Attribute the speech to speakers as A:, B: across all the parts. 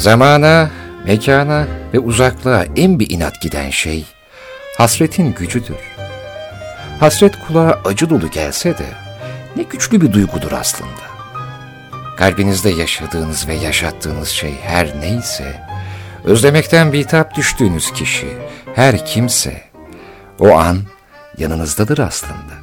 A: Zamana, mekana ve uzaklığa en bir inat giden şey hasretin gücüdür. Hasret kulağa acı dolu gelse de ne güçlü bir duygudur aslında. Kalbinizde yaşadığınız ve yaşattığınız şey her neyse, özlemekten bitap düştüğünüz kişi her kimse, o an yanınızdadır aslında.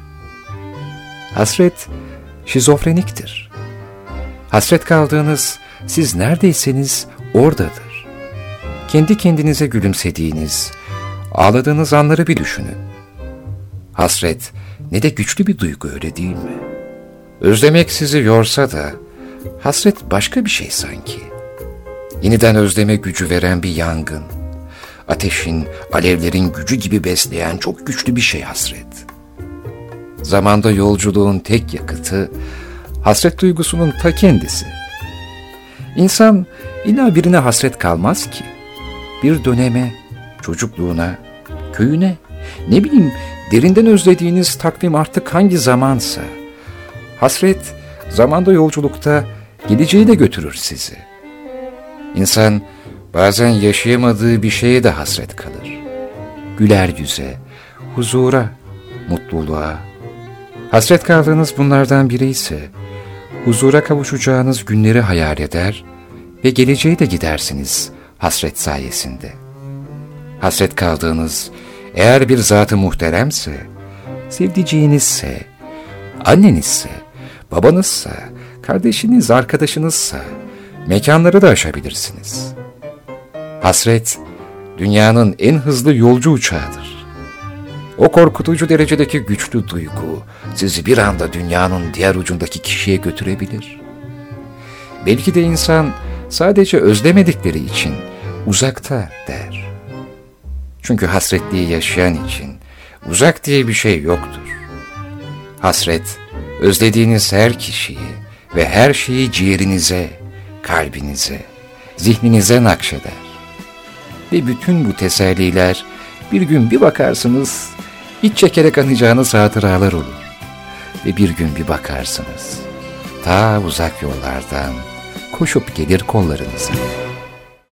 A: Hasret şizofreniktir. Hasret kaldığınız, siz neredeyseniz oradadır. Kendi kendinize gülümsediğiniz, ağladığınız anları bir düşünün. Hasret ne de güçlü bir duygu, öyle değil mi? Özlemek sizi yorsa da, hasret başka bir şey sanki. Yeniden özleme gücü veren bir yangın. Ateşin, alevlerin gücü gibi besleyen çok güçlü bir şey hasret. Zamanda yolculuğun tek yakıtı, hasret duygusunun ta kendisi. İnsan illa birine hasret kalmaz ki. Bir döneme, çocukluğuna, köyüne, ne bileyim derinden özlediğiniz takvim artık hangi zamansa. Hasret zamanda yolculukta geleceğe de götürür sizi. İnsan bazen yaşayamadığı bir şeye de hasret kalır. Güler yüze, huzura, mutluluğa. Hasret kaldığınız bunlardan biri ise huzura kavuşacağınız günleri hayal eder ve geleceğe de gidersiniz hasret sayesinde. Hasret kaldığınız eğer bir zat-ı muhteremse, sevdiceğinizse, annenizse, babanızsa, kardeşiniz, arkadaşınızsa, mekanları da aşabilirsiniz. Hasret, dünyanın en hızlı yolcu uçağıdır. O korkutucu derecedeki güçlü duygu, sizi bir anda dünyanın diğer ucundaki kişiye götürebilir. Belki de insan sadece özlemedikleri için uzakta der. Çünkü hasretliği yaşayan için uzak diye bir şey yoktur. Hasret, özlediğiniz her kişiyi ve her şeyi ciğerinize, kalbinize, zihninize nakşeder. Ve bütün bu teselliler bir gün bir bakarsınız, iç çekerek anacağınız hatıralar olur. Ve bir gün bir bakarsınız, ta uzak yollardan koşup gelir kollarınıza.